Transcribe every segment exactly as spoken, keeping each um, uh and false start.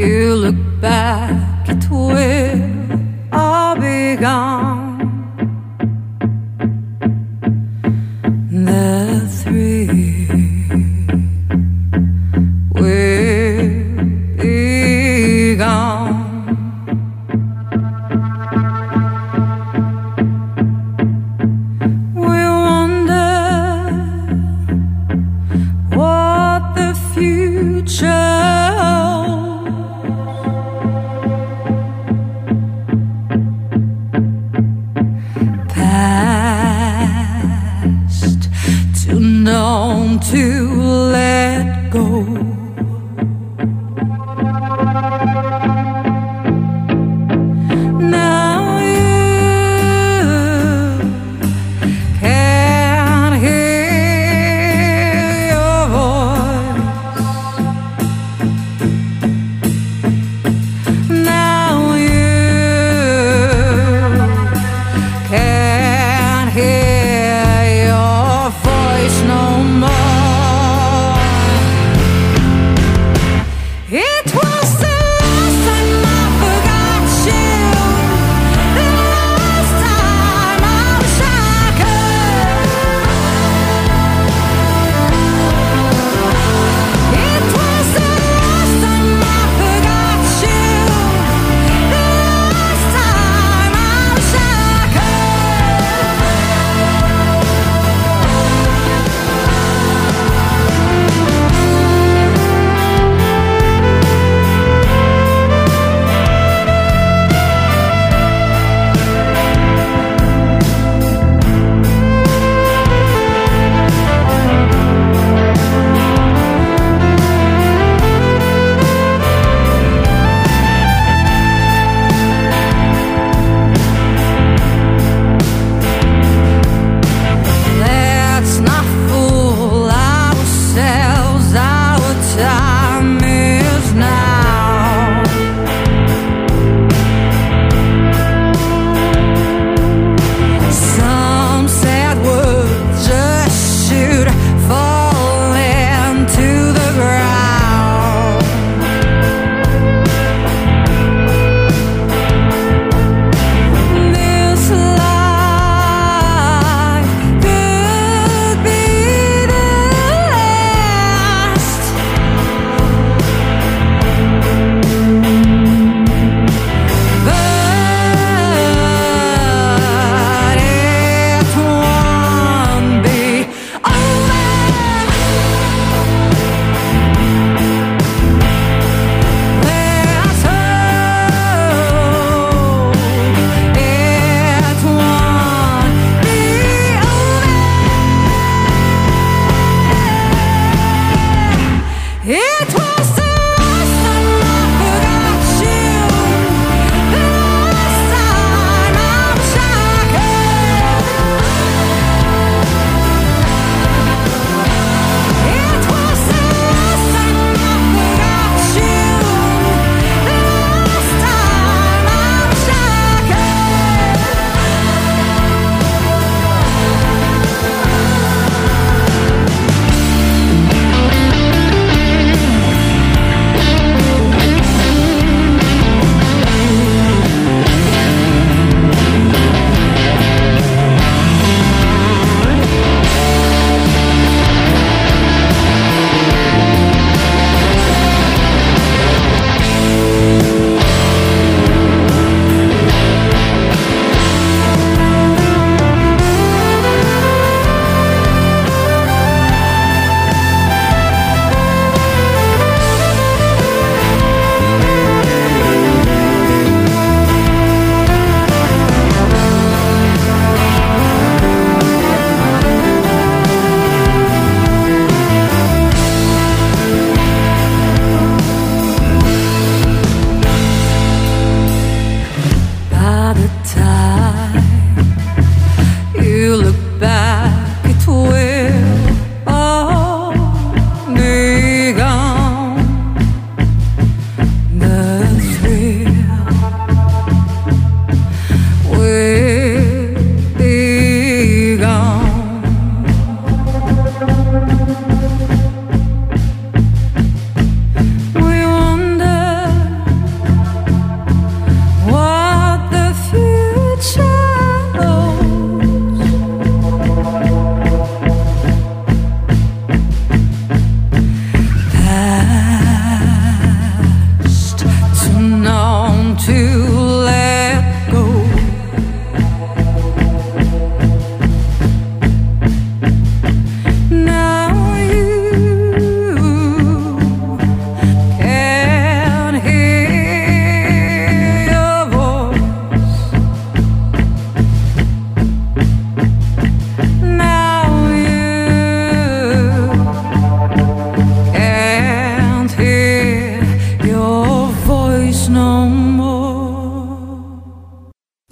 You look back, it will all be gone. The thrill will be gone. We'll wonder what the future holds.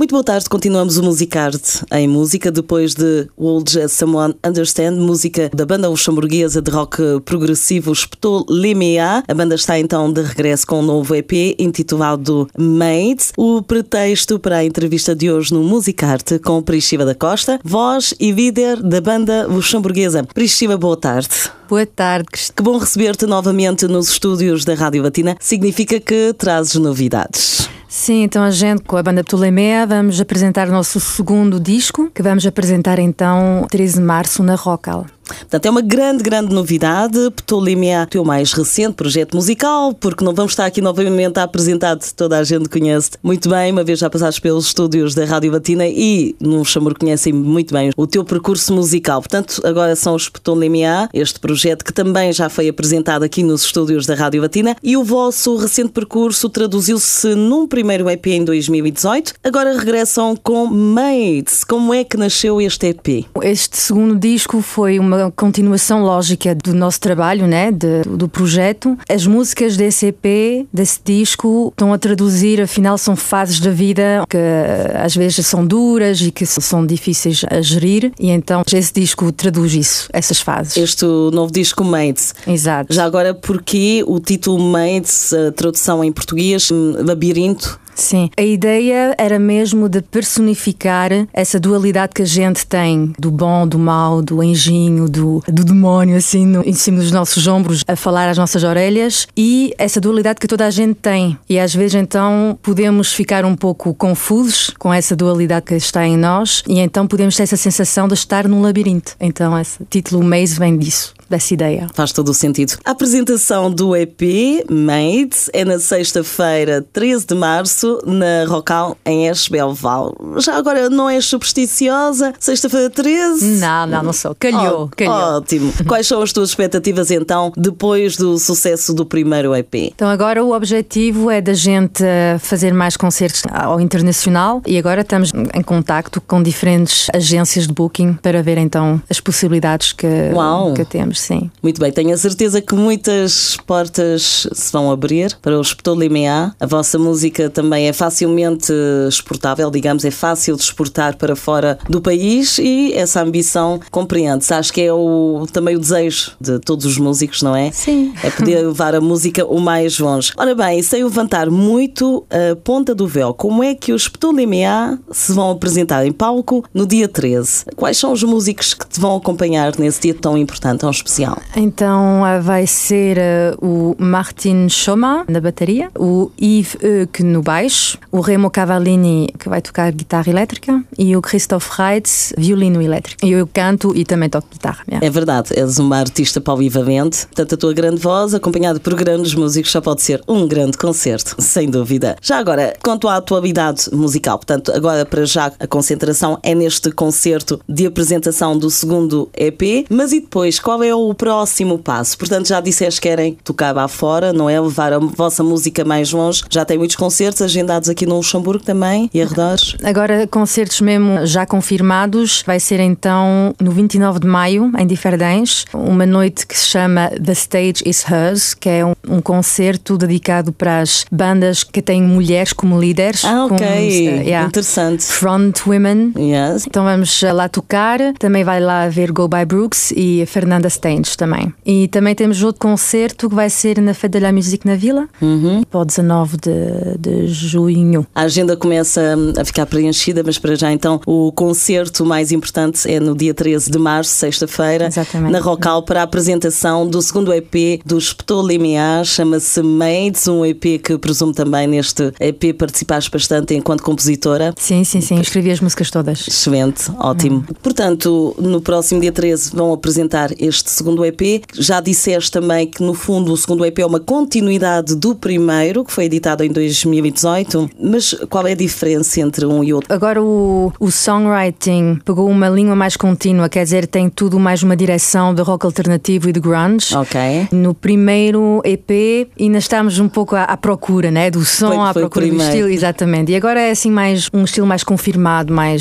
Muito boa tarde, continuamos o Musicarte em música, depois de Will Just Someone Understand, música da banda luxemburguesa de rock progressivo Spotto Limea. A banda está então de regresso com um novo E P intitulado Mates. O pretexto para a entrevista de hoje no Musicarte com Priscila da Costa, voz e líder da banda luxemburguesa. Priscila, boa tarde. Boa tarde. Que bom receber-te novamente nos estúdios da Rádio Latina. Significa que trazes novidades. Sim, então a gente com a banda Ptolemea vamos apresentar o nosso segundo disco, que vamos apresentar então treze de março na Rockal. Portanto, é uma grande, grande novidade. Ptolemea, o teu mais recente projeto musical, porque não vamos estar aqui novamente a apresentar-te, toda a gente conhece muito bem, uma vez já passaste pelos estúdios da Rádio Latina e no Luxemburgo conhecem muito bem o teu percurso musical. Portanto, agora são os Ptolemea, este projeto que também já foi apresentado aqui nos estúdios da Rádio Latina, e o vosso recente percurso traduziu-se num primeiro E P em dois mil e dezoito, agora regressam com Mates. Como é que nasceu este E P? Este segundo disco foi uma continuação lógica do nosso trabalho, né, de, do projeto. As músicas desse E P, desse disco, estão a traduzir, afinal são fases da vida que às vezes são duras e que são difíceis a gerir, e então esse disco traduz isso, essas fases. Este novo disco Mates. Exato. Já agora, porquê o título Mates, a tradução em português, Labirinto? Sim, a ideia era mesmo de personificar essa dualidade que a gente tem, do bom, do mau, do anjinho, do, do demónio, assim, no, em cima dos nossos ombros, a falar às nossas orelhas, e essa dualidade que toda a gente tem. E às vezes, então, podemos ficar um pouco confusos com essa dualidade que está em nós, e então podemos ter essa sensação de estar num labirinto. Então, esse título Maze vem disso, dessa ideia. Faz todo o sentido. A apresentação do E P, Mates, é na sexta-feira, treze de março, na Rockal, em Esch-Belval. Já agora, não és supersticiosa? Sexta-feira treze? Não, não, não sou. Calhou, oh, calhou. Ótimo. Quais são as tuas expectativas, então, depois do sucesso do primeiro E P? Então agora o objetivo é da gente fazer mais concertos ao internacional, e agora estamos em contacto com diferentes agências de booking para ver então as possibilidades que, que temos, sim. Muito bem, tenho a certeza que muitas portas se vão abrir para o Ptolemea. A vossa música também é facilmente exportável, digamos, é fácil de exportar para fora do país, e essa ambição compreende-se. Acho que é o, também o desejo de todos os músicos, não é? Sim. É poder levar a música o mais longe. Ora bem, sem levantar muito a ponta do véu, como é que os Ptolemea se vão apresentar em palco no dia treze? Quais são os músicos que te vão acompanhar nesse dia tão importante, tão especial? Então vai ser uh, o Martin Schoma na bateria, o Yves Euck no baixo, o Remo Cavallini, que vai tocar guitarra elétrica, e o Christoph Reitz, violino elétrico. E eu canto e também toco guitarra. Yeah. É verdade, és uma artista polivalente, portanto a tua grande voz, acompanhada por grandes músicos, já pode ser um grande concerto, sem dúvida. Já agora, quanto à atualidade musical, portanto, agora para já a concentração é neste concerto de apresentação do segundo E P, mas e depois, qual é o próximo passo? Portanto, já disseste que querem tocar lá fora, não é? Levar a vossa música mais longe, já tem muitos concertos agendados aqui no Luxemburgo também e arredores? Agora, concertos mesmo já confirmados, vai ser então no vinte e nove de maio, em Differdange, uma noite que se chama The Stage is Hers, que é um, um concerto dedicado para as bandas que têm mulheres como líderes. Ah, ok. Como, uh, yeah, interessante. Front Women. Yes. Então vamos lá tocar. Também vai lá ver Go By Brooks e Fernanda Stange também. E também temos outro concerto que vai ser na Fête de la Musique na Vila, uhum. para o dezanove de, de junho. A agenda começa a ficar preenchida, mas para já então o concerto mais importante é no dia treze de março, sexta-feira, na Rockal, para a apresentação do segundo E P dos Ptolemea, chama-se Mates, um E P que presumo também neste E P participaste bastante enquanto compositora. Sim, sim, sim, escrevi as músicas todas. Excelente, ótimo. Hum. Portanto, no próximo dia treze vão apresentar este segundo E P. Já disseste também que no fundo o segundo E P é uma continuidade do primeiro, que foi editado em dois mil e dezoito, mas qual é a diferença entre um e outro? Agora o, o songwriting pegou uma língua mais contínua, quer dizer, tem tudo mais uma direção de rock alternativo e de grunge. Ok. No primeiro E P ainda estamos um pouco à, à procura, né, do som, foi, à foi procura do estilo, exatamente. E agora é assim mais um estilo mais confirmado, mais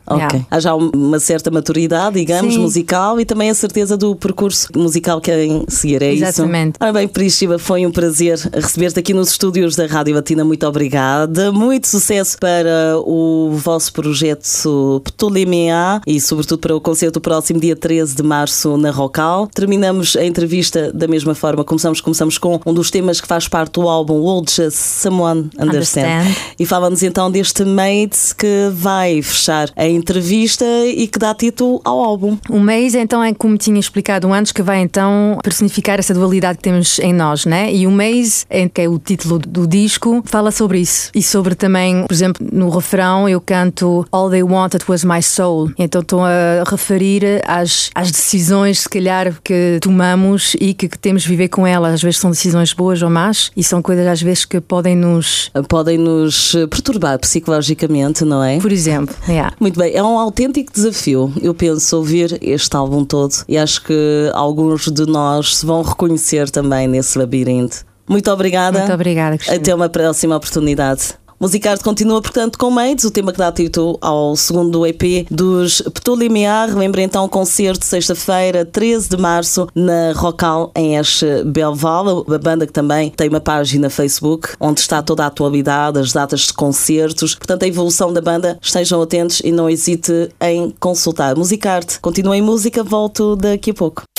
Ok. Yeah. Há já uma certa maturidade, digamos, Sim. musical e também a certeza do percurso musical que querem seguir, é isso? Exatamente. Ora bem, Priscila, foi um prazer receber-te aqui nos estúdios da Rádio Latina. Muito obrigada. Muito sucesso para o vosso projeto Ptolemea e, sobretudo, para o concerto próximo dia treze de março na Rocal. Terminamos a entrevista da mesma forma. Começamos, começamos com um dos temas que faz parte do álbum Will Just Someone Understand. Understand. E fala-nos então deste Made que vai fechar a entrevista e que dá título ao álbum. O Maze, então, é como tinha explicado antes, que vai então personificar essa dualidade que temos em nós, né? E o Maze, que é o título do disco, fala sobre isso. E sobre também, por exemplo, no refrão eu canto All They Wanted Was My Soul. Então estou a referir às, às decisões, se calhar, que tomamos e que, que temos de viver com elas. Às vezes são decisões boas ou más e são coisas às vezes que podem nos... Podem nos perturbar psicologicamente, não é? Por exemplo, yeah. Muito bem, é um autêntico desafio, eu penso, ouvir este álbum todo e acho que alguns de nós se vão reconhecer também nesse labirinto. Muito obrigada. Muito obrigada, Cristina. Até uma próxima oportunidade. Musicarte continua, portanto, com Maids, o tema que dá título ao segundo E P dos Ptolemea. Relembra então o concerto sexta-feira, treze de março, na Rocal, em Eche Belval. A banda que também tem uma página Facebook, onde está toda a atualidade, as datas de concertos. Portanto, a evolução da banda, estejam atentos e não hesite em consultar. Musicarte continua em música, volto daqui a pouco.